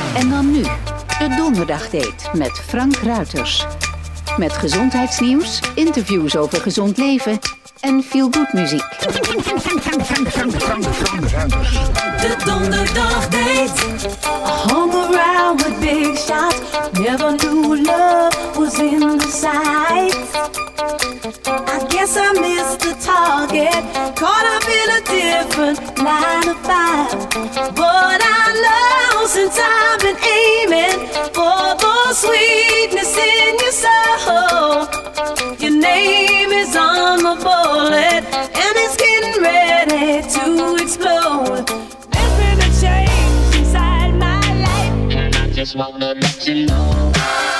En dan nu, de Donderdagdate met Frank Ruiters. Met gezondheidsnieuws, interviews over gezond leven en feel-good muziek. De Donderdagdate. I hung around with big shots, never knew love was in the sights. I guess I missed the target, caught up in a different line of fire. But I know since I've been aiming for the sweetness in your soul, your name is on the bullet and it's getting ready to explode. There's been a change inside my life, and I just wanna let you know.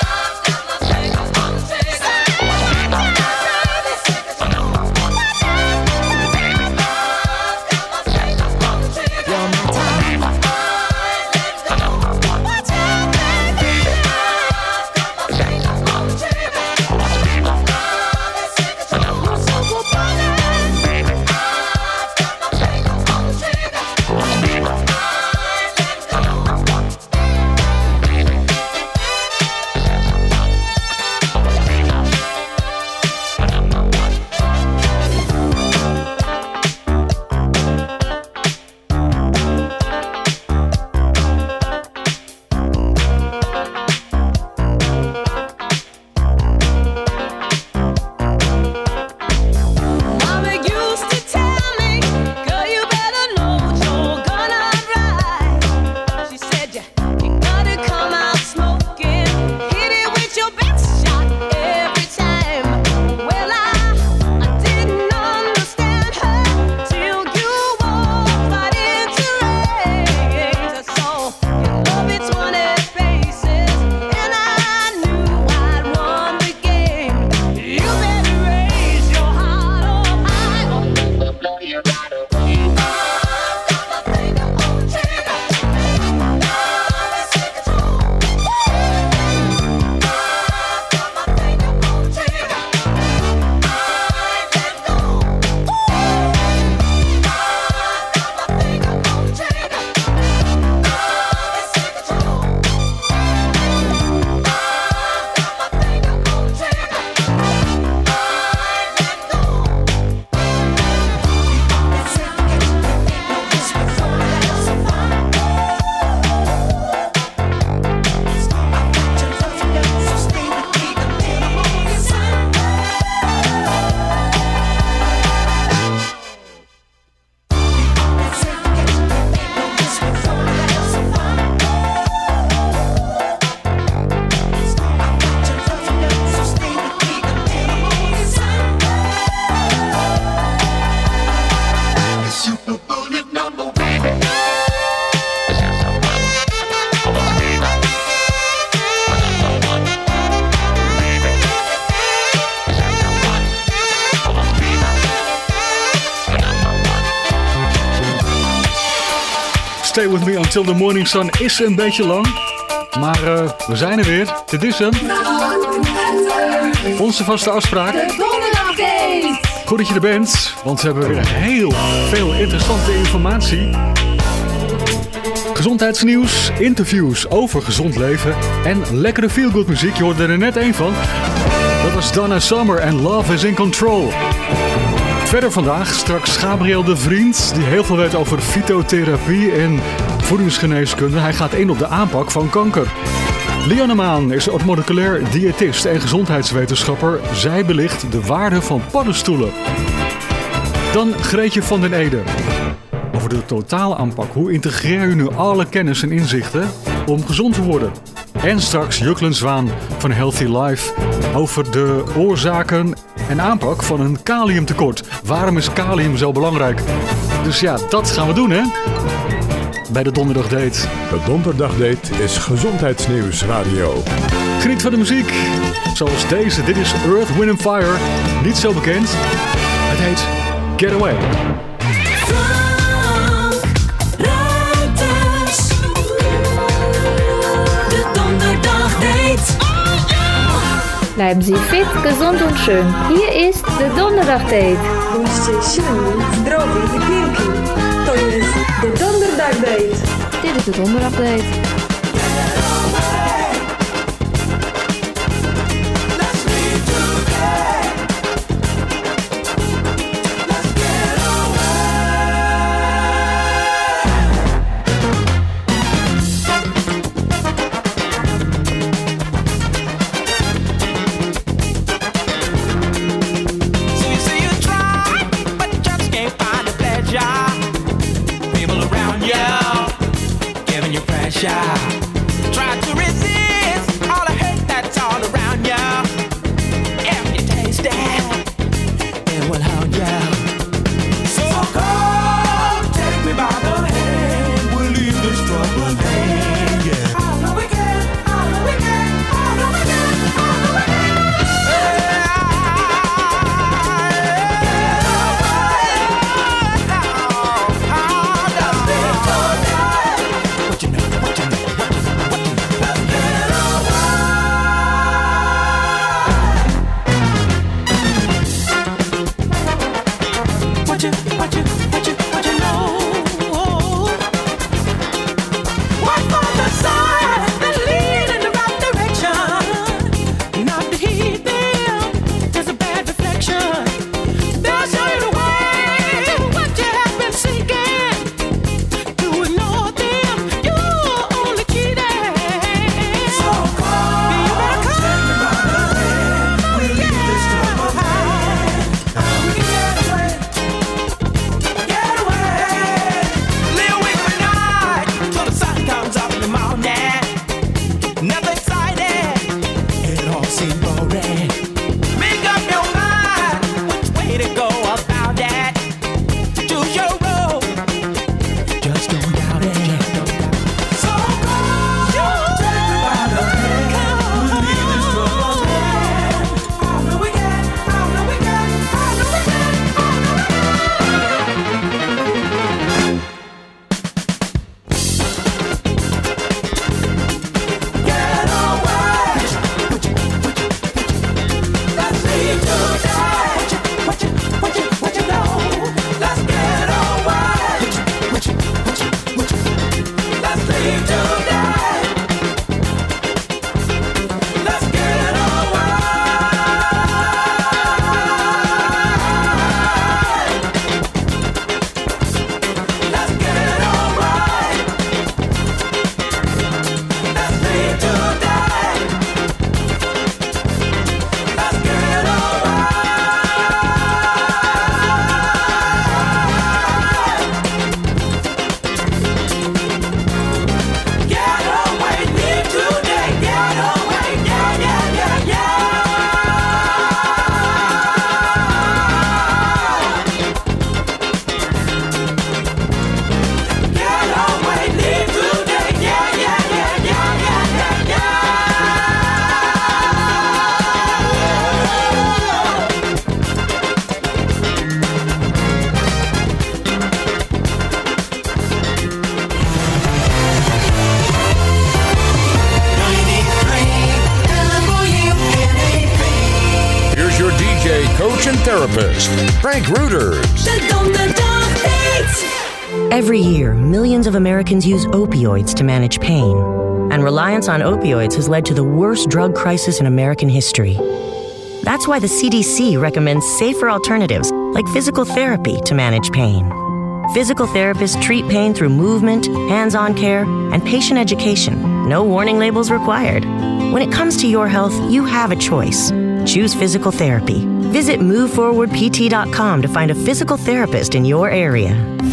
Stay With Me Until the Morning Sun is een beetje lang. Maar we zijn er weer. Dit is hem. Onze vaste afspraak. De Donderdagdate. Goed dat je er bent, want we hebben weer heel veel interessante informatie. Gezondheidsnieuws, interviews over gezond leven en lekkere feel-good muziek. Je hoorde er net één van. Dat was Donna Summer en Love is in Control. Verder vandaag straks Gabriel de Vriend, die heel veel weet over fytotherapie en voedingsgeneeskunde. Hij gaat in op de aanpak van kanker. Lianne Maan is moleculair diëtist en gezondheidswetenschapper. Zij belicht de waarde van paddenstoelen. Dan Greetje van den Ede. Over de totale aanpak. Hoe integreer je nu alle kennis en inzichten om gezond te worden? En straks Juklen Zwaan van Healthy Life over de oorzaken en aanpak van een kaliumtekort. Waarom is kalium zo belangrijk? Dus ja, dat gaan we doen, hè? Bij de Donderdagdate. De Donderdagdate is gezondheidsnieuws radio. Geniet van de muziek. Zoals deze. Dit is Earth, Wind & Fire. Niet zo bekend. Het heet Get Away. Bleiben Sie fit, gesund und schön. Hier ist der Donderdagdate. Bądźcie silni, zdrowi i piękni. To jest The Donderdagdate. Dit is de Donderdagdate. coach and therapist, Frank Reuters. De Donderdagdate. Every year, millions of Americans use opioids to manage pain. And reliance on opioids has led to the worst drug crisis in American history. That's why the CDC recommends safer alternatives like physical therapy to manage pain. Physical therapists treat pain through movement, hands-on care, and patient education. No warning labels required. When it comes to your health, you have a choice. Choose physical therapy. Visit moveforwardpt.com to find a physical therapist in your area.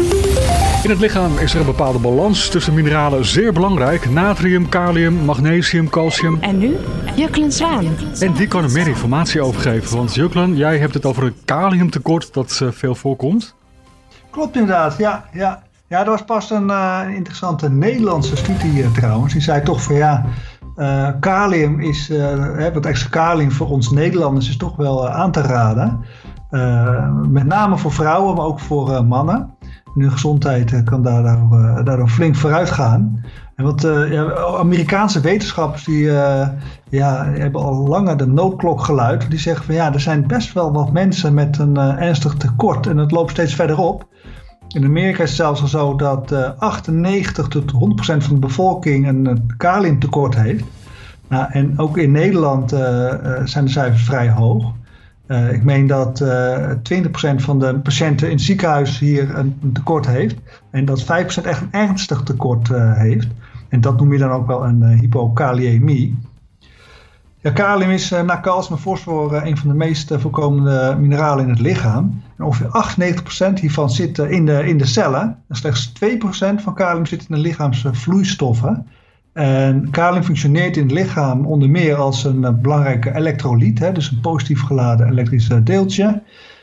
In het lichaam is er een bepaalde balans tussen mineralen zeer belangrijk. Natrium, kalium, magnesium, calcium. En nu Juklen Zwaan. En die kan er meer informatie over geven. Want Juklen, jij hebt het over een kaliumtekort dat veel voorkomt. Klopt inderdaad, ja. Er was pas een interessante Nederlandse studie trouwens. Die zei toch van kalium is, wat extra kalium voor ons Nederlanders is toch wel aan te raden. Met name voor vrouwen, maar ook voor mannen. Hun gezondheid kan daardoor flink vooruit gaan. En wat Amerikaanse wetenschappers die hebben al langer de noodklok geluid. Die zeggen van er zijn best wel wat mensen met een ernstig tekort. En het loopt steeds verder op. In Amerika is het zelfs al zo dat 98 tot 100% van de bevolking een kaliumtekort heeft. Nou, en ook in Nederland zijn de cijfers vrij hoog. Ik meen dat 20% van de patiënten in het ziekenhuis hier een tekort heeft. En dat 5% echt een ernstig tekort heeft. En dat noem je dan ook wel een hypokaliëmie. Ja, kalium is na calcium en fosfor een van de meest voorkomende mineralen in het lichaam. En ongeveer 98% hiervan zit in de cellen. En slechts 2% van kalium zit in de lichaamsvloeistoffen. En kalium functioneert in het lichaam onder meer als een belangrijke elektrolyt, dus een positief geladen elektrisch deeltje.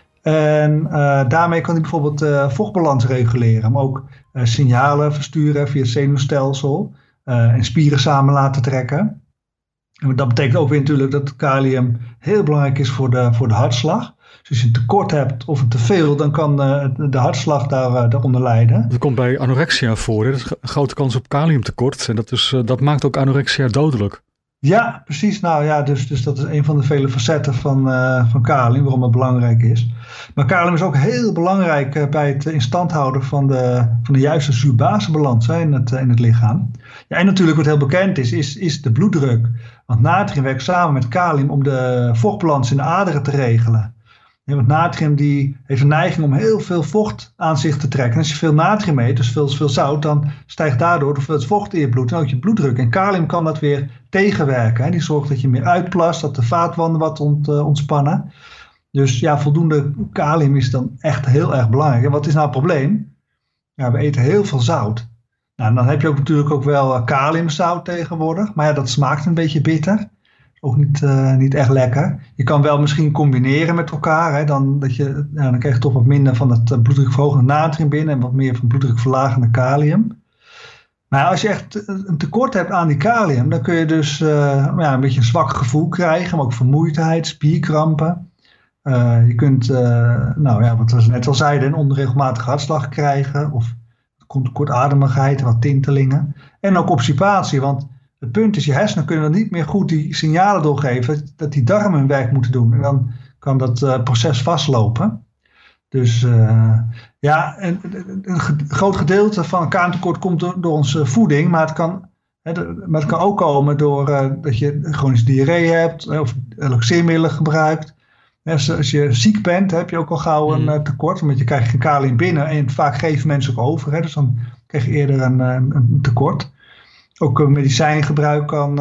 En daarmee kan hij bijvoorbeeld vochtbalans reguleren, maar ook signalen versturen via het zenuwstelsel en spieren samen laten trekken. En dat betekent ook weer natuurlijk dat kalium heel belangrijk is voor de hartslag. Dus als je een tekort hebt of een teveel, dan kan de hartslag daaronder lijden. Dat komt bij anorexia voor. Hè? Dat is een grote kans op kaliumtekort. En dat maakt ook anorexia dodelijk. Ja, precies. Nou ja, dus dat is een van de vele facetten van kalium, waarom het belangrijk is. Maar kalium is ook heel belangrijk bij het in stand houden van de juiste zuur-basenbalans in het lichaam. Ja, en natuurlijk wat heel bekend is de bloeddruk. Want natrium werkt samen met kalium om de vochtbalans in de aderen te regelen. Ja, want natrium die heeft een neiging om heel veel vocht aan zich te trekken. En als je veel natrium eet, dus veel zout, dan stijgt daardoor het vocht in je bloed en ook je bloeddruk. En kalium kan dat weer tegenwerken. Hè. Die zorgt dat je meer uitplast, dat de vaatwanden wat ontspannen. Dus ja, voldoende kalium is dan echt heel erg belangrijk. En wat is nou het probleem? Ja, we eten heel veel zout. Nou, dan heb je ook natuurlijk ook wel kaliumzout tegenwoordig. Maar ja, dat smaakt een beetje bitter. Ook niet echt lekker. Je kan wel misschien combineren met elkaar. Hè, dan krijg je toch wat minder van het bloeddrukverhogende natrium binnen. En wat meer van bloeddrukverlagende kalium. Maar als je echt een tekort hebt aan die kalium. Dan kun je dus een beetje een zwak gevoel krijgen. Maar ook vermoeidheid, spierkrampen. Je kunt, wat we net al zeiden, een onregelmatige hartslag krijgen. Of kortademigheid, wat tintelingen. En ook obstipatie, want het punt is, je hersenen kunnen dan niet meer goed die signalen doorgeven dat die darmen hun werk moeten doen. En dan kan dat proces vastlopen. Dus een groot gedeelte van een kaliumtekort komt door onze voeding, maar het kan ook komen door dat je chronische diarree hebt of relaxeermiddelen gebruikt. Als je ziek bent, heb je ook al gauw een tekort, want je krijgt geen kalium binnen en vaak geven mensen ook over. Hè, dus dan krijg je eerder een tekort. Ook medicijngebruik kan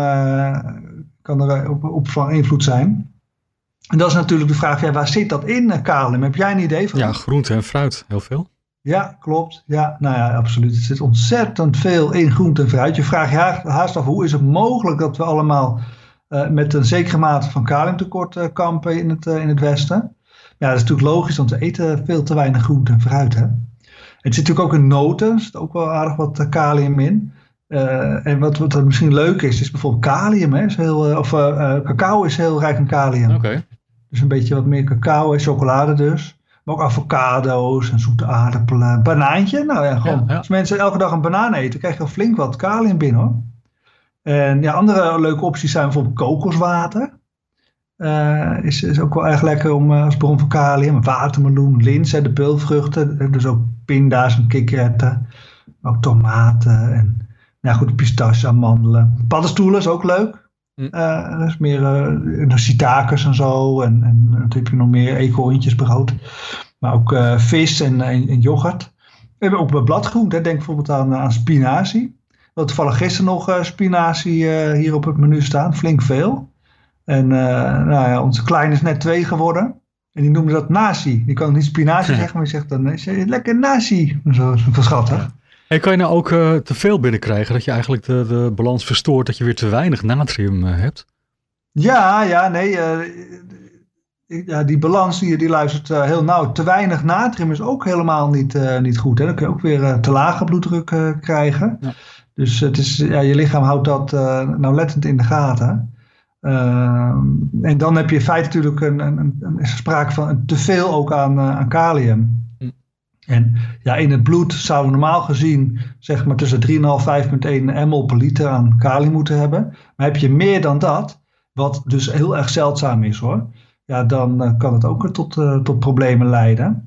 er op van invloed zijn. En dat is natuurlijk de vraag, waar zit dat in, kalium? Heb jij een idee van? Ja, groente en fruit, heel veel. Ja, klopt. Ja, nou ja, absoluut. Er zit ontzettend veel in groente en fruit. Je vraagt je haast af, hoe is het mogelijk dat we allemaal met een zekere mate van kaliumtekort kampen in het Westen? Ja, dat is natuurlijk logisch, want we eten veel te weinig groente en fruit. Hè? Het zit natuurlijk ook in noten, er zit ook wel aardig wat kalium in. En wat misschien leuk is bijvoorbeeld kalium. Hè? Cacao is heel rijk in kalium. Okay. Dus een beetje wat meer cacao en chocolade dus. Maar ook avocado's en zoete aardappelen. Banaantje. Nou ja, gewoon. Ja. Als mensen elke dag een banaan eten, krijg je al flink wat kalium binnen hoor. En ja, andere leuke opties zijn bijvoorbeeld kokoswater. Is ook wel erg lekker als bron van kalium. Watermeloen, lins, de peulvruchten. Dus ook pinda's en kikkererwten. Maar ook tomaten en pistaches, amandelen. Paddenstoelen is ook leuk. Dat is meer shiitakes en zo. En dan heb je nog meer eekhoorntjesbrood. Maar ook vis en yoghurt. We hebben ook bladgroenten. Denk bijvoorbeeld aan spinazie. We hadden toevallig gisteren nog spinazie hier op het menu staan. Flink veel. En onze kleine is net 2 geworden. En die noemde dat nasi. Die kan niet spinazie zeggen, maar die zegt dan lekker nasi. Zo schattig. En kan je nou ook te veel binnenkrijgen? Dat je eigenlijk de balans verstoort, dat je weer te weinig natrium hebt? Die balans die luistert heel nauw. Te weinig natrium is ook helemaal niet goed. Hè? Dan kun je ook weer te lage bloeddruk krijgen. Ja. Dus het is, je lichaam houdt dat nauwlettend in de gaten. En dan heb je in feite natuurlijk sprake van een teveel ook aan kalium. En ja, in het bloed zouden we normaal gezien zeg maar tussen 3,5 en 5,1 ml per liter aan kalium moeten hebben. Maar heb je meer dan dat, wat dus heel erg zeldzaam is hoor. Ja, dan kan het ook tot problemen leiden.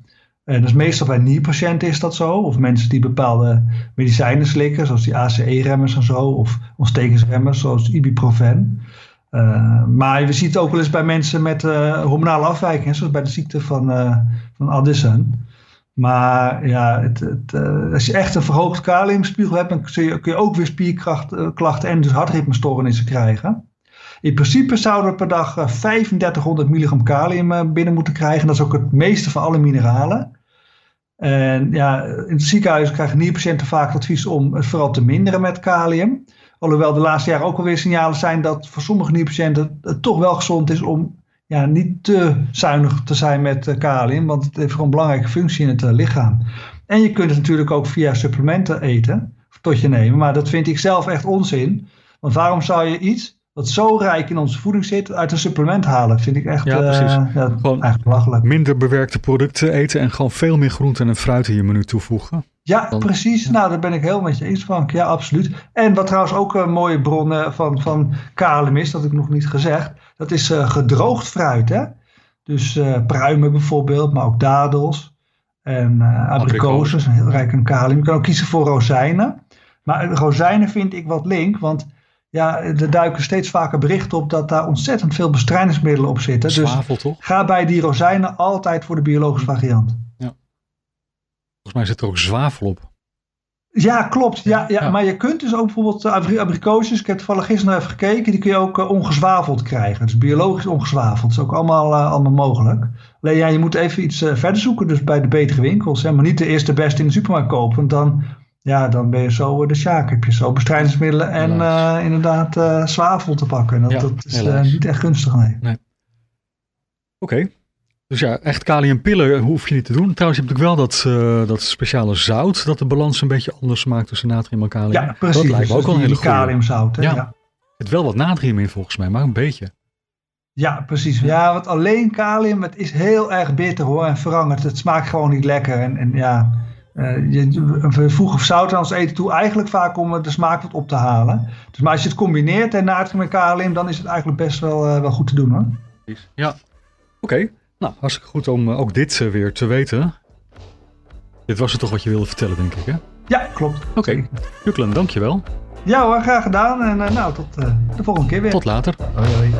En dat is meestal bij nierpatiënten is dat zo. Of mensen die bepaalde medicijnen slikken, zoals die ACE-remmers en zo. Of ontstekingsremmers, zoals ibuprofen. Maar je ziet het ook wel eens bij mensen met hormonale afwijkingen, zoals bij de ziekte van Addison. Maar ja, als je echt een verhoogd kaliumspiegel hebt, dan kun je ook weer spierklachten en dus hartritmestoornissen krijgen. In principe zouden we per dag 3500 milligram kalium binnen moeten krijgen. Dat is ook het meeste van alle mineralen. En ja, in het ziekenhuis krijgen nierpatiënten vaak het advies om het vooral te minderen met kalium. Alhoewel de laatste jaren ook alweer signalen zijn dat voor sommige nierpatiënten het toch wel gezond is om niet te zuinig te zijn met kalium. Want het heeft gewoon een belangrijke functie in het lichaam. En je kunt het natuurlijk ook via supplementen eten, tot je nemen. Maar dat vind ik zelf echt onzin. Want waarom zou je iets wat zo rijk in onze voeding zit uit een supplement halen? Dat vind ik echt gewoon eigenlijk belachelijk. Minder bewerkte producten eten en gewoon veel meer groenten en fruit in je menu toevoegen. Ja, precies. Nou, daar ben ik heel met je eens, Frank. Ja, absoluut. En wat trouwens ook een mooie bron van kalium is, dat heb ik nog niet gezegd, dat is gedroogd fruit. Hè? Dus pruimen bijvoorbeeld, maar ook dadels en abrikozen zijn heel rijk aan kalium. Je kan ook kiezen voor rozijnen. Maar rozijnen vind ik wat link, want ja, er duiken steeds vaker berichten op dat daar ontzettend veel bestrijdingsmiddelen op zitten. Zwavel, dus toch? Ga bij die rozijnen altijd voor de biologische variant. Ja. Volgens mij zit er ook zwavel op. Ja, klopt. Ja. Maar je kunt dus ook bijvoorbeeld abrikoosjes, ik heb toevallig gisteren nog even gekeken, die kun je ook ongezwaveld krijgen. Dus biologisch ongezwaveld. Dat is ook allemaal mogelijk. Alleen je moet even iets verder zoeken, dus bij de betere winkels. Hè, maar niet de eerste beste in de supermarkt kopen, want dan ben je zo de sjaak. Heb je zo bestrijdingsmiddelen en inderdaad zwavel te pakken. En dat is niet echt gunstig, nee. Oké. Dus ja, echt kaliumpillen hoef je niet te doen. Trouwens, je hebt natuurlijk wel dat speciale zout dat de balans een beetje anders maakt tussen natrium en kalium. Ja, precies. Dat lijkt me ook wel een hele goede. Kaliumzout, hè? Ja. Er zit wel wat natrium in volgens mij, maar een beetje. Ja, precies. Ja, want alleen kalium, het is heel erg bitter hoor en verangerd. Het smaakt gewoon niet lekker. We voegen zout aan ons eten toe eigenlijk vaak om de smaak wat op te halen. Dus, maar als je het combineert, natrium en kalium, dan is het eigenlijk best wel goed te doen hoor. Ja, oké. Nou, hartstikke goed om ook dit weer te weten. Dit was het toch wat je wilde vertellen, denk ik, hè? Ja, klopt. Oké. Juklen, dankjewel. Ja hoor, graag gedaan. En tot de volgende keer weer. Tot later. Hoi.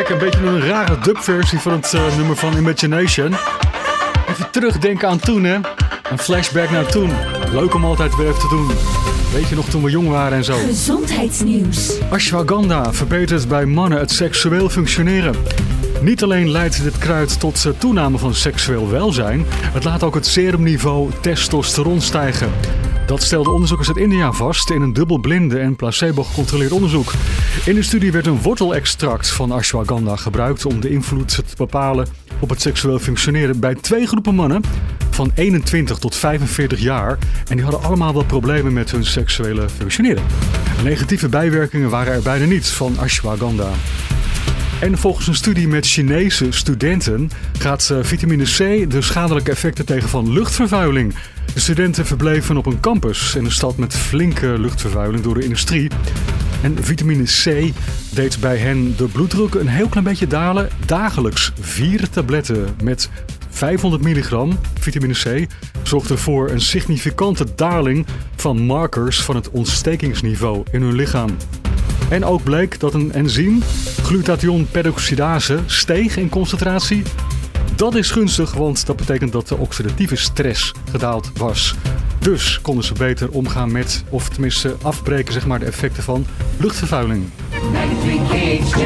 Kijk, een beetje een rare dubversie van het nummer van Imagination. Even terugdenken aan toen, hè. Een flashback naar toen. Leuk om altijd weer even te doen. Weet je nog toen we jong waren en zo. Gezondheidsnieuws. Ashwagandha verbetert bij mannen het seksueel functioneren. Niet alleen leidt dit kruid tot toename van seksueel welzijn, het laat ook het serumniveau testosteron stijgen. Dat stelden onderzoekers uit India vast in een dubbelblinde en placebo-gecontroleerd onderzoek. In de studie werd een wortelextract van ashwagandha gebruikt om de invloed te bepalen op het seksueel functioneren bij 2 groepen mannen van 21 tot 45 jaar. En die hadden allemaal wel problemen met hun seksuele functioneren. Negatieve bijwerkingen waren er bijna niet van ashwagandha. En volgens een studie met Chinese studenten gaat vitamine C de schadelijke effecten tegen van luchtvervuiling. De studenten verbleven op een campus in een stad met flinke luchtvervuiling door de industrie. En vitamine C deed bij hen de bloeddruk een heel klein beetje dalen. Dagelijks 4 tabletten met 500 milligram vitamine C zorgden voor een significante daling van markers van het ontstekingsniveau in hun lichaam. En ook bleek dat een enzym, glutathion peroxidase, steeg in concentratie. Dat is gunstig, want dat betekent dat de oxidatieve stress gedaald was. Dus konden ze beter omgaan met, of tenminste afbreken, zeg maar, de effecten van luchtvervuiling. 93 KHJ,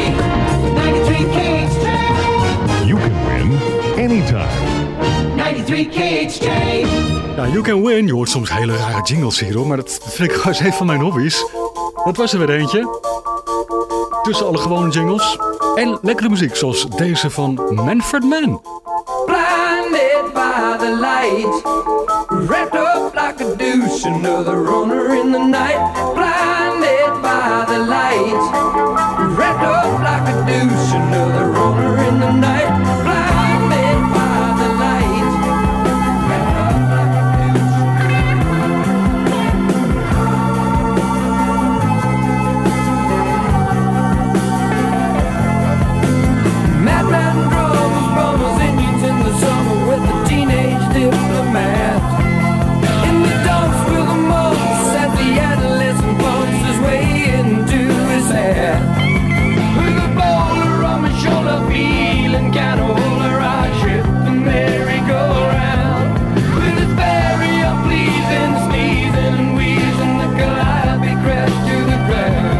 93 KHJ. You can win anytime. 93 KHJ. Ja, you can win. Je hoort soms hele rare jingles hier, hoor, maar dat vind ik gewoon een van mijn hobby's. Dat was er weer eentje. Tussen alle gewone jingles. En lekkere muziek, zoals deze van Manfred Mann. Blinded by the light, wrapped up like a douche, another runner in the night. Blinded by the light, wrapped up like a douche, another runner in the night. Blinded by the light, wrapped up like a douche. Madman drums, bummers, Indians in the summer with the teenage diplomat. In the dumps with the mumps as the adolescent bumps his way into his hat. With a boulder on my shoulder, feeling kind of older, I trip the merry-go-round. With its very unpleasing sneezing and wheezing, the calliope crashed to the ground.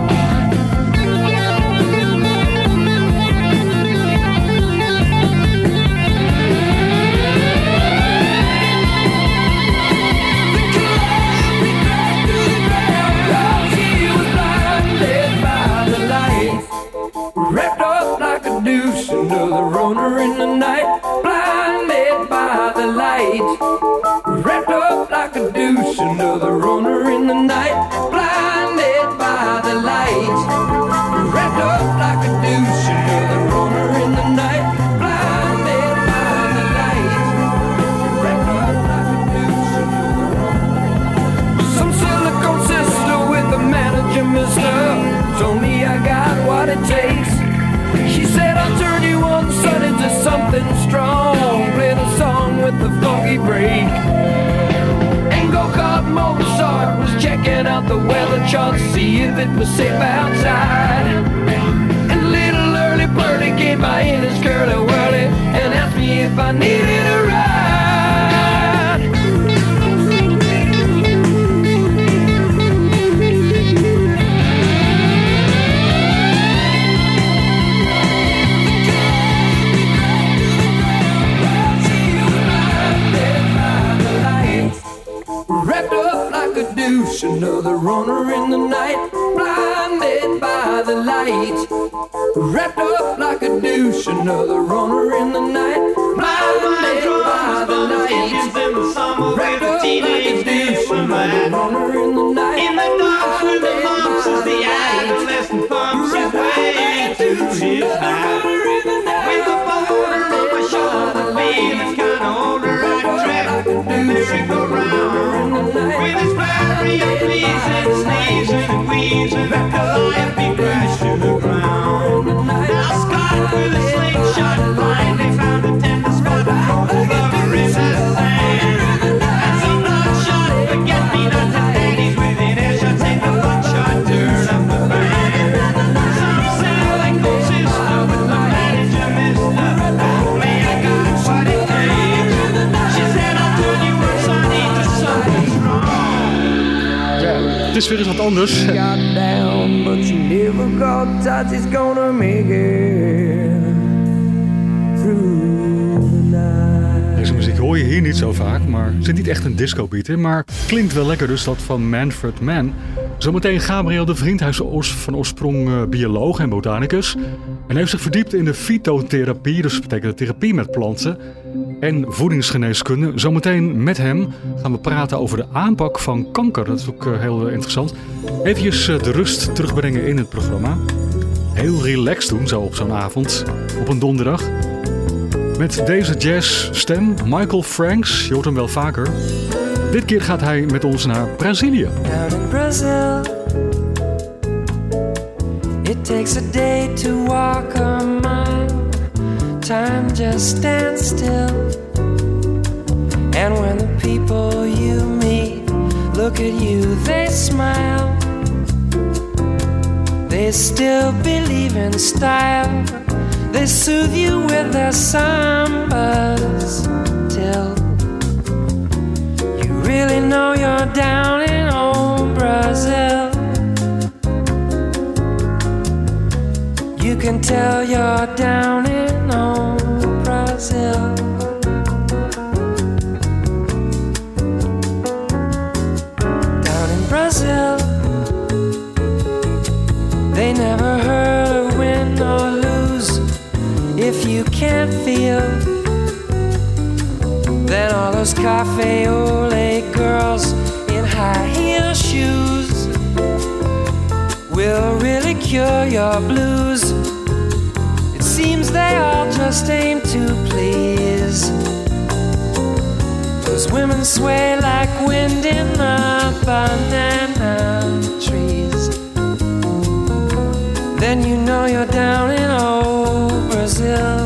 Wrapped up like a douche, another runner in the night. Blinded by the light. Wrapped up like a douche, another runner in the night. Blinded by the light. Wrapped up like a douche, another runner in the night. Blinded by the light. Wrapped up like a douche, another runner. Some silicone sister with a manager mister told me I got what it takes. She said I'll turn you on, son, into something strong. Play the song with the funky break. And go-kart Mozart was checking out the weather chart to see if it was safe outside. And little early birdie came by in his curly-whirly and asked me if I needed a ride. Wrapped up like a douche, another runner in the night. Blinded by the light. Wrapped up like a douche, another runner in the night. Blinded by the light. Wrapped up like a douche, another runner in the night. In the dark with the mumps as the adolescent bumps his way to his night. With a boulder on my shoulder, feeling kinda older, I trip the merry-go-round. With his very unpleasing sneezing and wheezing, the calliope crashed to the ground. Now Scott with a slingshot blinding is weer eens wat anders. Down, but you never got touch. It's gonna make it through the night. Deze muziek hoor je hier niet zo vaak, maar er zit niet echt een disco-beat in. Maar klinkt wel lekker, dus dat van Manfred Mann. Zometeen Gabriel de Vriend. Hij is van oorsprong bioloog en botanicus. En heeft zich verdiept in de fytotherapie, dus dat betekent de therapie met planten. En voedingsgeneeskunde. Zometeen met hem gaan we praten over de aanpak van kanker. Dat is ook heel interessant. Even de rust terugbrengen in het programma. Heel relaxed doen, zo op zo'n avond, op een donderdag. Met deze jazzstem, Michael Franks, je hoort hem wel vaker. Dit keer gaat hij met ons naar Brazilië. Down in Brazil, it takes a day to walk a mile. Time just stands still. And when the people you meet look at you, they smile. They still believe in style. They soothe you with their sambas till you really know you're down in old Brazil. You can tell you're down in old Brazil. Down in Brazil, they never heard of win or lose. If you can't feel, then all those cafe ole girls in high heel shoes will really cure your blues. It seems they all just aim to please. Those women sway like wind in the banana trees. Then you know you're down in old Brazil.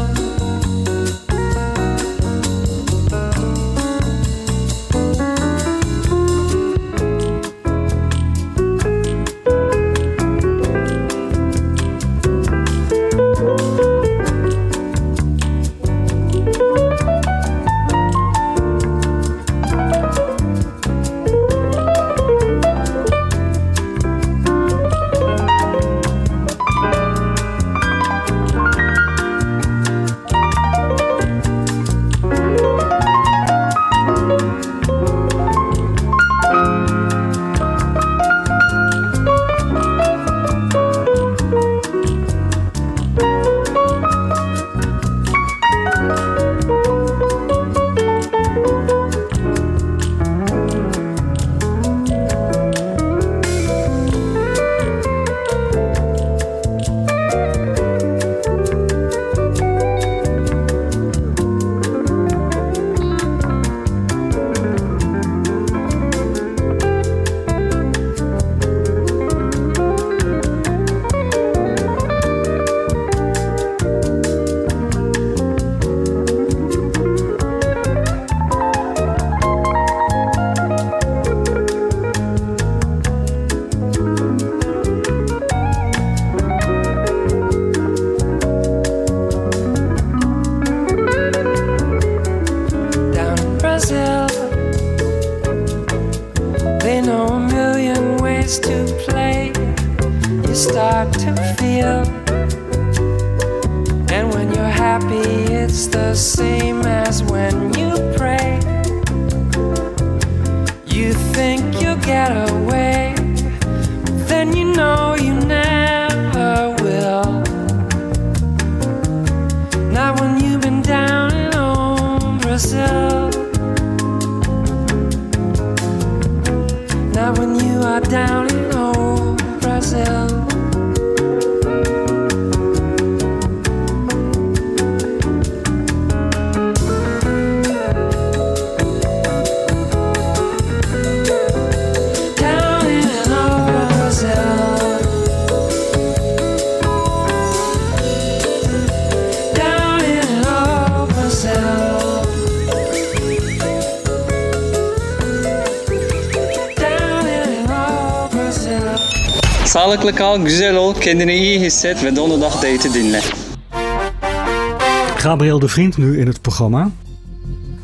Sağlıklı kal, güzel ol, kendini iyi hisset ve donderdag daten dinle. Gabriel de Vriend nu in het programma.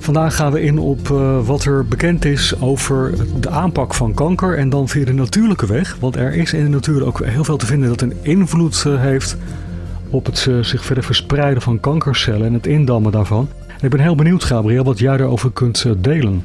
Vandaag gaan we in op wat er bekend is over de aanpak van kanker en dan via de natuurlijke weg. Want er is in de natuur ook heel veel te vinden dat een invloed heeft op het zich verder verspreiden van kankercellen en het indammen daarvan. En ik ben heel benieuwd, Gabriel, wat jij daarover kunt delen.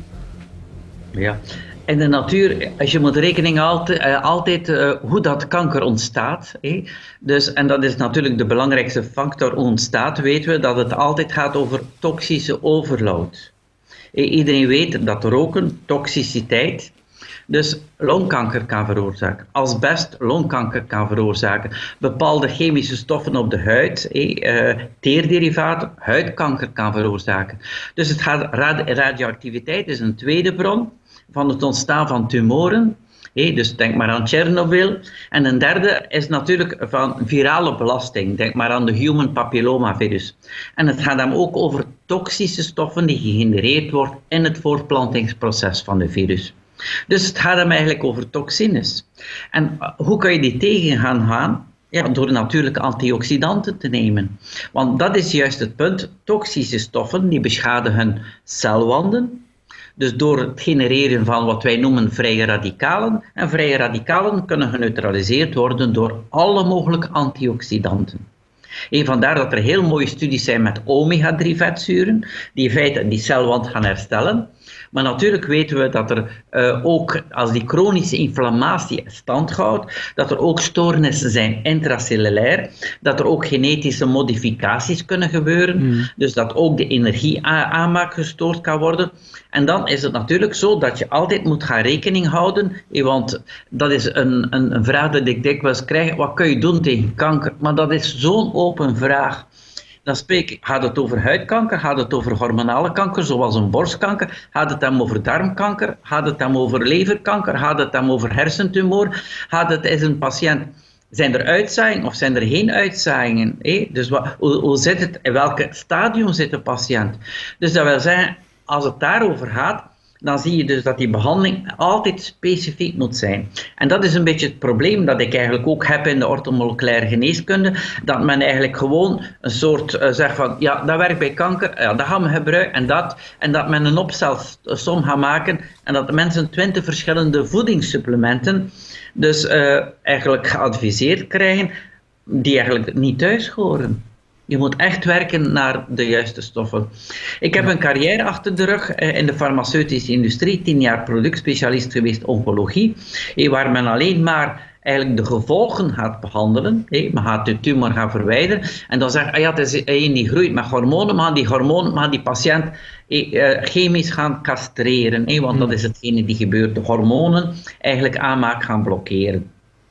Ja, in de natuur, als je moet rekening altijd hoe dat kanker ontstaat. Dus, en dat is natuurlijk de belangrijkste factor ontstaat, weten we dat het altijd gaat over toxische overload. Iedereen weet dat roken toxiciteit, dus longkanker kan veroorzaken. Asbest longkanker kan veroorzaken. Bepaalde chemische stoffen op de huid, teerderivaten, huidkanker kan veroorzaken. Dus het gaat, radioactiviteit is een tweede bron van het ontstaan van tumoren. Dus denk maar aan Tsjernobyl. En een derde is natuurlijk van virale belasting. Denk maar aan de human papillomavirus. En het gaat dan ook over toxische stoffen die gegenereerd worden in het voortplantingsproces van de virus. Dus het gaat hem eigenlijk over toxines. En hoe kan je die tegen gaan? Ja, door natuurlijke antioxidanten te nemen. Want dat is juist het punt. Toxische stoffen die beschadigen celwanden. Dus door het genereren van wat wij noemen vrije radicalen. En vrije radicalen kunnen geneutraliseerd worden door alle mogelijke antioxidanten. Vandaar dat er heel mooie studies zijn met omega-3 vetzuren, die in feite die celwand gaan herstellen. Maar natuurlijk weten we dat er ook, als die chronische inflammatie stand houdt, dat er ook stoornissen zijn intracellulair, dat er ook genetische modificaties kunnen gebeuren, dus dat ook de energieaanmaak gestoord kan worden. En dan is het natuurlijk zo dat je altijd moet gaan rekening houden, want dat is een vraag die ik dikwijls krijg, wat kun je doen tegen kanker? Maar dat is zo'n open vraag. Dan gaat het over huidkanker, gaat het over hormonale kanker, zoals een borstkanker, gaat het dan over darmkanker, gaat het dan over leverkanker, gaat het dan over hersentumor, is een patiënt, zijn er uitzaaiingen of zijn er geen uitzaaiingen? Dus hoe zit het, in welk stadium zit de patiënt? Dus dat wil zeggen, als het daarover gaat, dan zie je dus dat die behandeling altijd specifiek moet zijn. En dat is een beetje het probleem dat ik eigenlijk ook heb in de orthomoleculaire geneeskunde, dat men eigenlijk gewoon een soort zegt van, ja, dat werkt bij kanker, ja, dat gaan we gebruiken en dat men een opstelsom gaat maken en dat mensen 20 verschillende voedingssupplementen dus eigenlijk geadviseerd krijgen, die eigenlijk niet thuis horen. Je moet echt werken naar de juiste stoffen. Ik heb een carrière achter de rug in de farmaceutische industrie, 10 jaar productspecialist geweest oncologie, waar men alleen maar eigenlijk de gevolgen gaat behandelen. Men gaat de tumor gaan verwijderen en dan zegt, het is een die groeit met hormonen, maar die patiënt chemisch gaan castreren, want dat is hetgene die gebeurt, de hormonen eigenlijk aanmaak gaan blokkeren.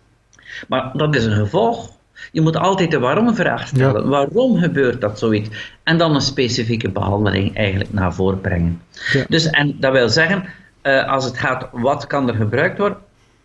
Maar dat is een gevolg. Je moet altijd de waarom-vraag stellen. Ja. Waarom gebeurt dat zoiets? En dan een specifieke behandeling eigenlijk naar voren brengen. Ja. Dus, en dat wil zeggen, als het gaat, wat kan er gebruikt worden?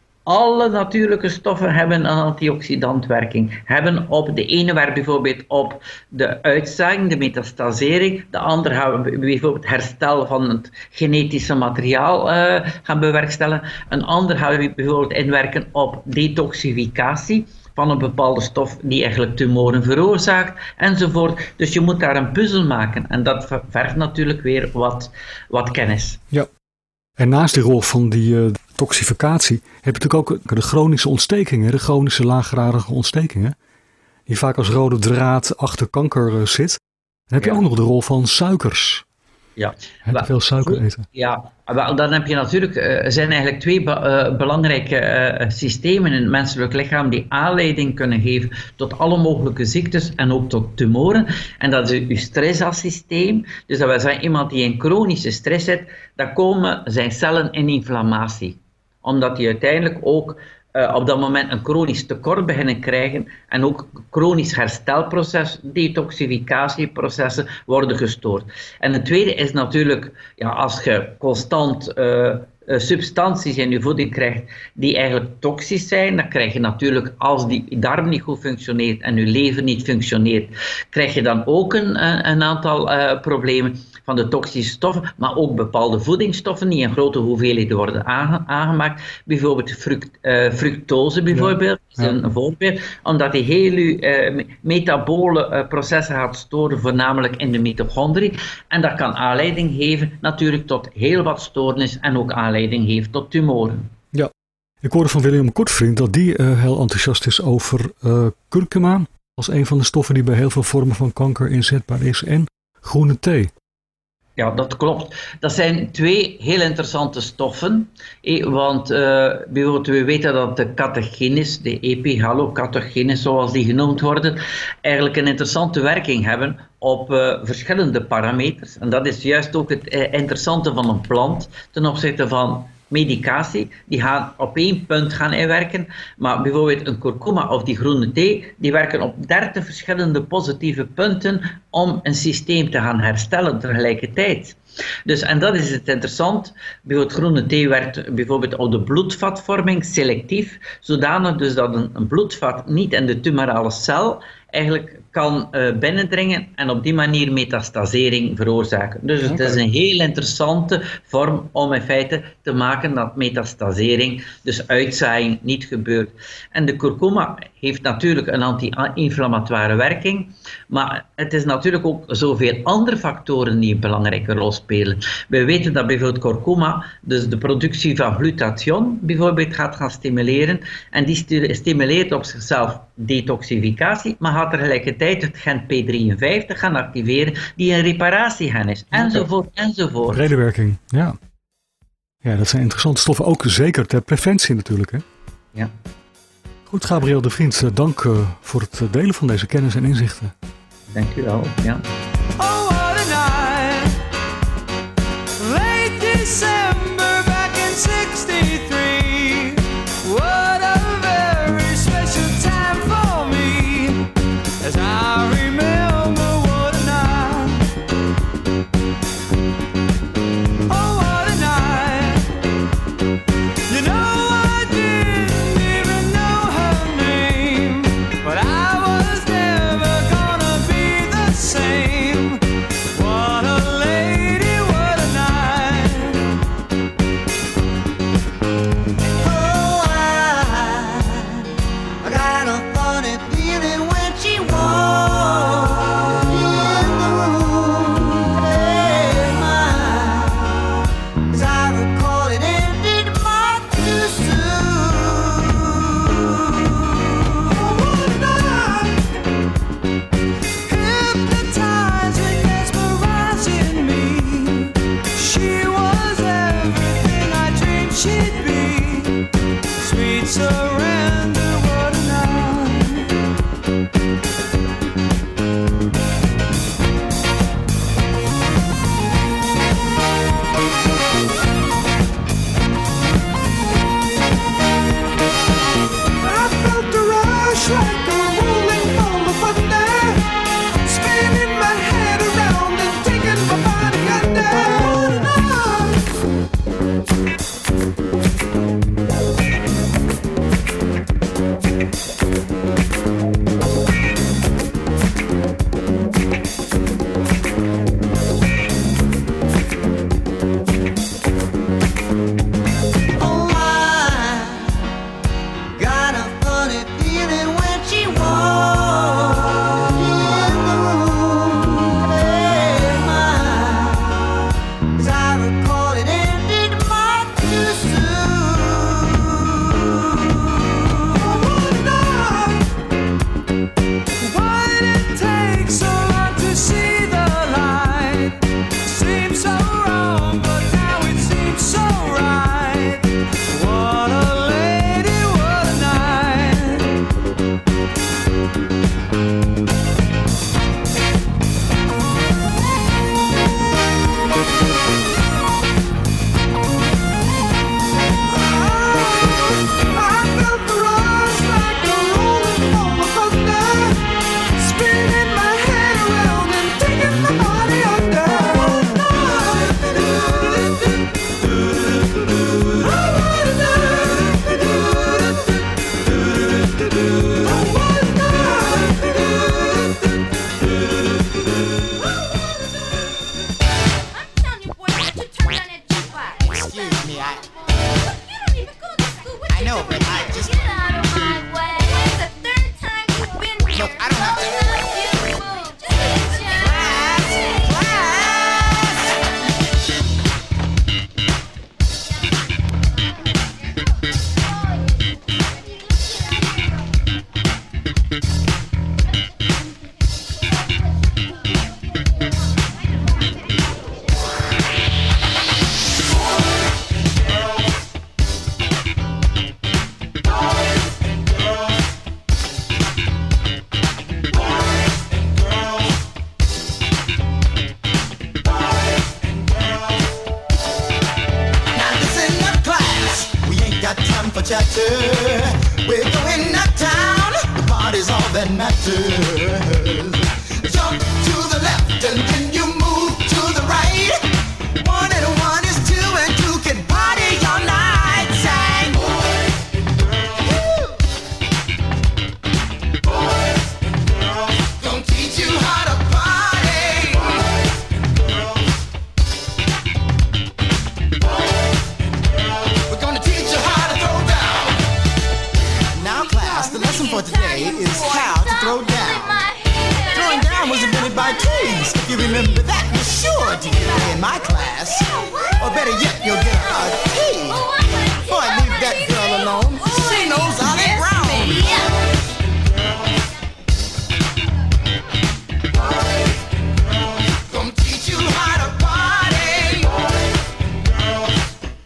Alle natuurlijke stoffen hebben een antioxidantwerking. De ene werkt bijvoorbeeld op de uitzaaiing, de metastasering. De andere gaat bijvoorbeeld het herstel van het genetische materiaal gaan bewerkstelligen. Een ander gaat bijvoorbeeld inwerken op detoxificatie van een bepaalde stof die eigenlijk tumoren veroorzaakt, enzovoort. Dus je moet daar een puzzel maken. En dat vergt natuurlijk weer wat kennis. Ja. En naast die rol van die toxificatie heb je natuurlijk ook de chronische ontstekingen, de chronische laaggradige ontstekingen, die vaak als rode draad achter kanker zit. Dan heb je ook nog de rol van suikers. Ja. Veel suiker eten. Ja, dan heb je natuurlijk, er zijn eigenlijk twee belangrijke systemen in het menselijk lichaam die aanleiding kunnen geven tot alle mogelijke ziektes en ook tot tumoren. En dat is je stresssysteem. Dus dat wil zeggen, iemand die in chronische stress zit, dan komen zijn cellen in inflammatie. Omdat die uiteindelijk ook op dat moment een chronisch tekort beginnen krijgen en ook chronisch herstelproces, detoxificatieprocessen worden gestoord. En het tweede is natuurlijk, als je constant substanties in je voeding krijgt die eigenlijk toxisch zijn, dan krijg je natuurlijk, als die darm niet goed functioneert en je lever niet functioneert, krijg je dan ook een aantal problemen van de toxische stoffen, maar ook bepaalde voedingsstoffen die in grote hoeveelheden worden aangemaakt. Bijvoorbeeld fructose bijvoorbeeld, is een voorbeeld, omdat die hele metabole processen gaat storen, voornamelijk in de mitochondrie. En dat kan aanleiding geven natuurlijk tot heel wat stoornis en ook aanleiding geeft tot tumoren. Ja, ik hoorde van William Kortvriend dat die heel enthousiast is over kurkuma als een van de stoffen die bij heel veel vormen van kanker inzetbaar is en groene thee. Ja, dat klopt. Dat zijn 2 heel interessante stoffen. Want bijvoorbeeld we weten dat de catechines, de epigallocatechines zoals die genoemd worden, eigenlijk een interessante werking hebben op verschillende parameters. En dat is juist ook het interessante van een plant ten opzichte van medicatie, die gaan op 1 punt gaan inwerken, maar bijvoorbeeld een kurkuma of die groene thee, die werken op 30 verschillende positieve punten om een systeem te gaan herstellen tegelijkertijd. Dus, en dat is het interessant. Bijvoorbeeld groene thee werkt bijvoorbeeld op de bloedvatvorming selectief, zodanig dus dat een bloedvat niet in de tumorale cel eigenlijk kan binnendringen en op die manier metastasering veroorzaken. Dus het is een heel interessante vorm om in feite te maken dat metastasering, dus uitzaaiing, niet gebeurt. En de kurkuma heeft natuurlijk een anti-inflammatoire werking, maar het is natuurlijk ook zoveel andere factoren die een belangrijke rol spelen. We weten dat bijvoorbeeld kurkuma dus de productie van glutathion bijvoorbeeld gaat gaan stimuleren en die stimuleert op zichzelf detoxificatie, maar gaat tegelijkertijd het gen P53 gaan activeren die een reparatiegen is, enzovoort, enzovoort. Bredewerking, ja. Ja, dat zijn interessante stoffen, ook zeker ter preventie natuurlijk, hè? Ja. Goed, Gabriel de Vriend, dank voor het delen van deze kennis en inzichten. Dank u wel, ja. Oh, what a night. Late December back in 63. What a very special time for me. As I remember what a night. Oh, what a night. You know I didn't even know her name, but I was never gonna be the same. What a lady, what a night. Jump to the left and then you move to the right. 1 and 1 is 2 and 2 can party all night. Sang boys and girls. Boys and girls. Gonna teach you how to party. Boys and girls. Boys and girls. We're gonna teach you how to throw down. Now class, the lesson for today is how to throw down. Throwing down was invented by Keys. If you remember that, you're sure to get it in my class. Or better yet, you'll get a T. Boy, leave that girl alone. She knows Ollie Brown. Gonna teach you how to party. Boys and girls.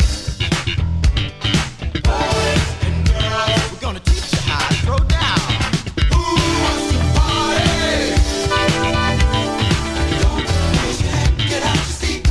Boys and girls. We're gonna teach you how to throw down. Who wants to party? Don't raise your hand, get out your seat.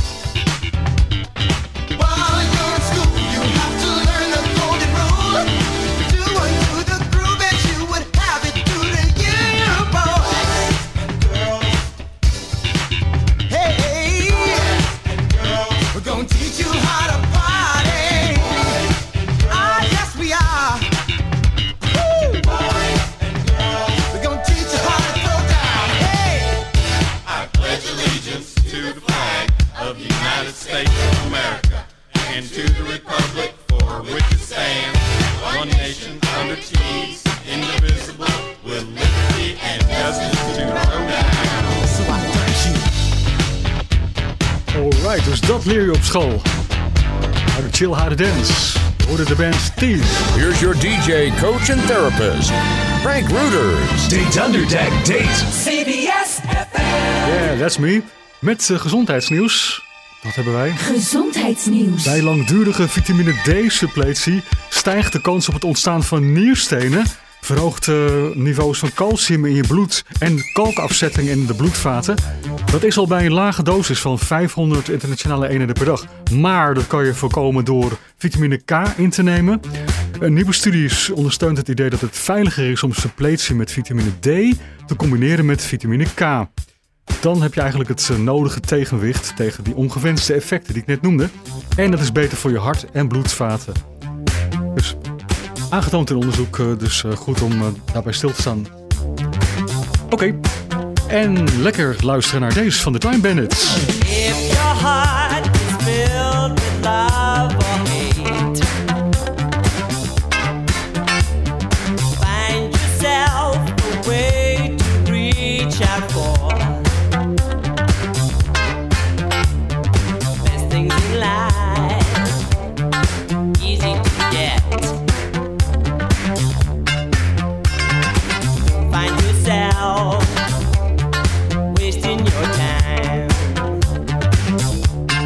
While you're in school, you have to learn the golden rule. Do unto the groove as you would have it do to you, boys and girls. Hey, and girls, we're gonna teach you how to party. Ah, yes we are. Woo! Boys and girls, we're gonna teach you how to throw down. Hey, I pledge allegiance to the flag of the United States of America and to the republic for which it stands, one nation under cheese, indivisible, with liberty and justice to throw down. so I thank you. Alright, dus dat leer je op school. How to chill, how to dance. Je hoorde de band Team. Here's your DJ, coach and therapist, Frank Rooters. Date's Underdeck Date. CBS FM. Yeah, that's me. Met gezondheidsnieuws. Wat hebben wij? Gezondheidsnieuws. Bij langdurige vitamine D-suppletie stijgt de kans op het ontstaan van nierstenen, verhoogt niveaus van calcium in je bloed en kalkafzetting in de bloedvaten. Dat is al bij een lage dosis van 500 internationale eenheden per dag. Maar dat kan je voorkomen door vitamine K in te nemen. Een nieuwe studie ondersteunt het idee dat het veiliger is om suppletie met vitamine D te combineren met vitamine K. Dan heb je eigenlijk het nodige tegenwicht tegen die ongewenste effecten die ik net noemde. En dat is beter voor je hart- en bloedvaten. Dus aangetoond in onderzoek, dus goed om daarbij stil te staan. Oké. En lekker luisteren naar deze van de Time Bandits. If your heart is filled with love or hate, find yourself a way to reach out for. Best things in life, easy to get. Find yourself wasting your time.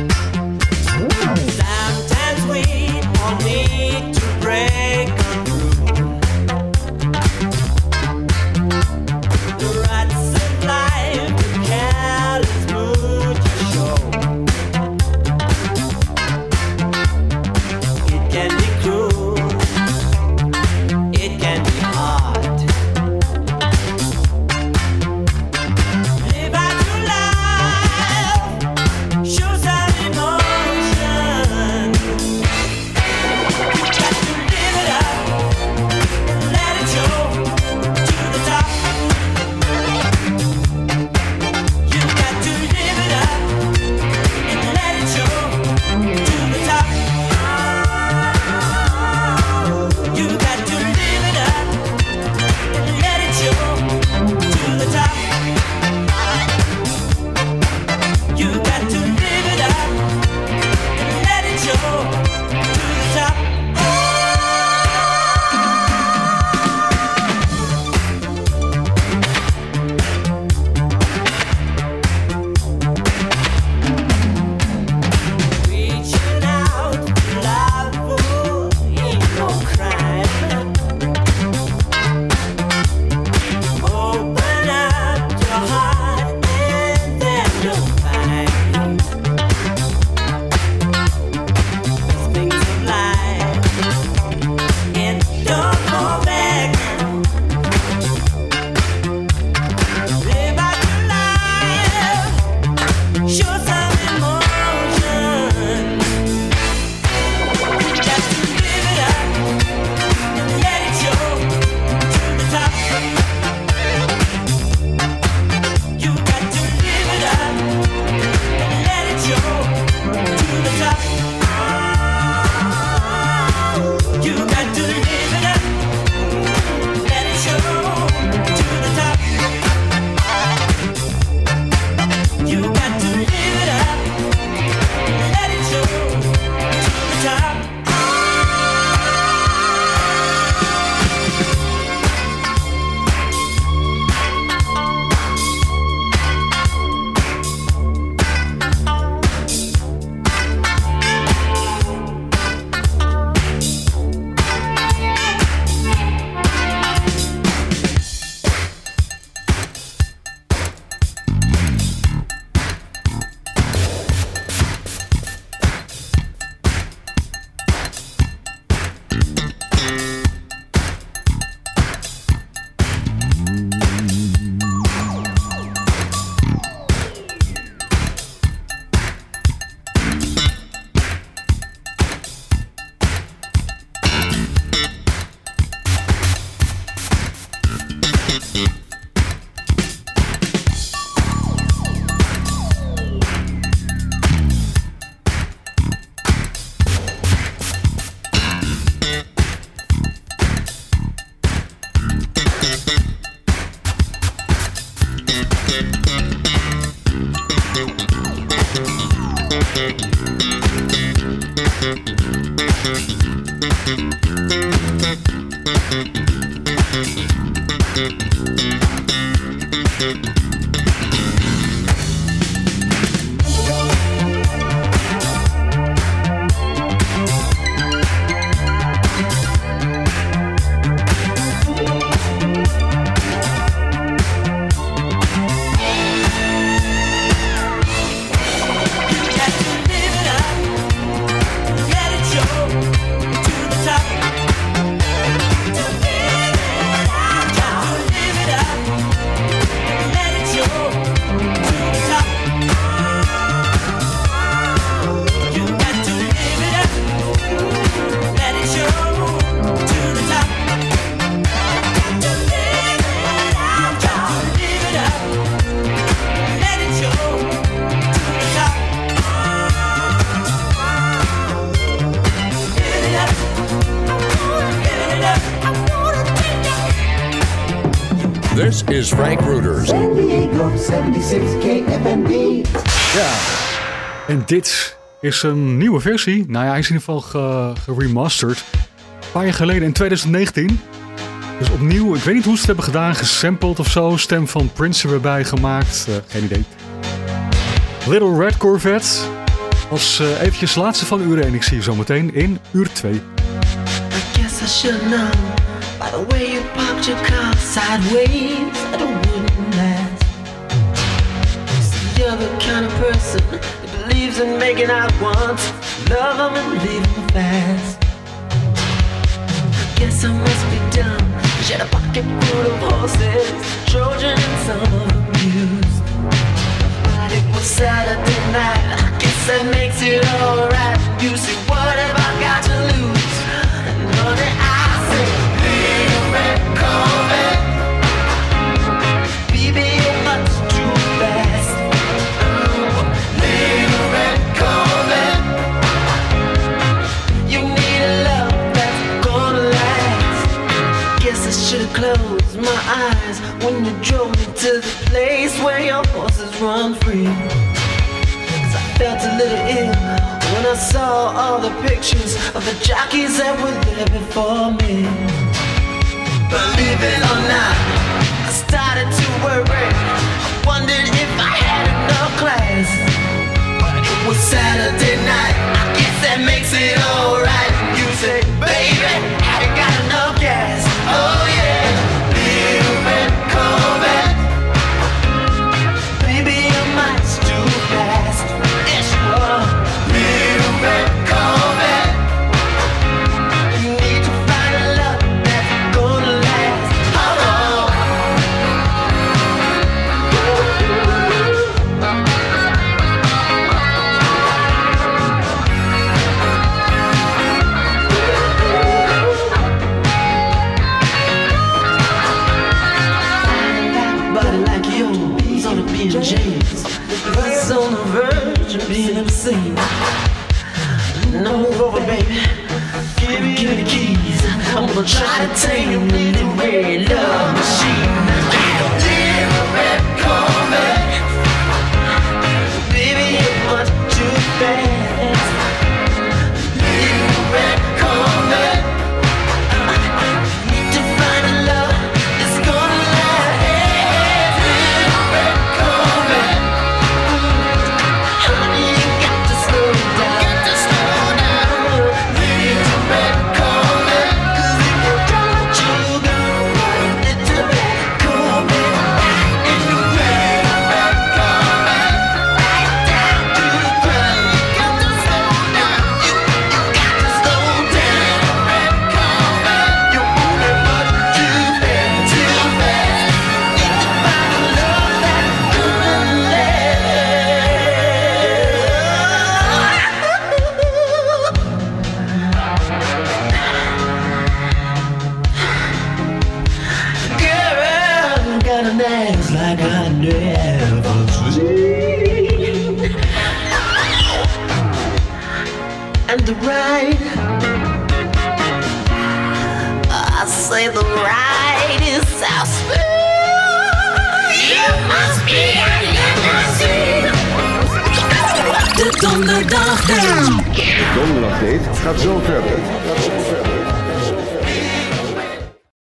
is Frank Rooters. San Diego 76 KFMD. Ja, en dit is een nieuwe versie. Nou ja, hij is in ieder geval geremasterd. Een paar jaar geleden in 2019. Dus opnieuw, ik weet niet hoe ze het hebben gedaan, gesampled of zo. Stem van Prince erbij gemaakt. Geen idee. Little Red Corvette was eventjes laatste van uur 1. Ik zie je zo meteen in uur 2. I guess I should know by the way you parked your car sideways that it wouldn't last. See, you're the kind of person that believes in making out once, love them and leave them fast. I guess I must be dumb. She had a pocket full of horses, Trojan and some of them used. But it was Saturday night, I guess that makes it alright. You see, what have I got to lose? And honey, I say, little red Corvette, baby, you're much too fast. Little red Corvette, you need a love that's gonna last. Guess I should've closed my eyes when you drove me to the place where your horses run free. Cause I felt a little ill when I saw all the pictures of the jockeys that were there before me. Believe it or not, I started to worry. I wondered if I had enough class. But it was Saturday night, I guess that makes it alright. You say, baby, have you got enough gas? Oh yeah, little red Corvette, baby, you're much too fast. Yes, you are. Little red Corvette, you need to find a love that's gonna last. Oh, body like yours on a B&J's, it's on the verge of being obscene. Now move over, baby. Give me the keys. I'm gonna try to tame you in the red love machine. Little red Corvette, baby, you're much too fast. Little red Corvette, need to find a love that's gonna last. Little red Corvette, honey, you got to slow down. Little red Corvette, 'cause if you don't, you're gonna run. Little red Corvette, and you little red Corvette, right down to the ground. You got to slow down. You got to slow down. Red Corvette, you're moving much too fast, too fast. Need to find a love that's gonna Girl, got an ass like I never seen. And the ride, I say the ride is so smooth. You must be a limousine. De Donderdagdate. De Donderdagdate gaat zo verder.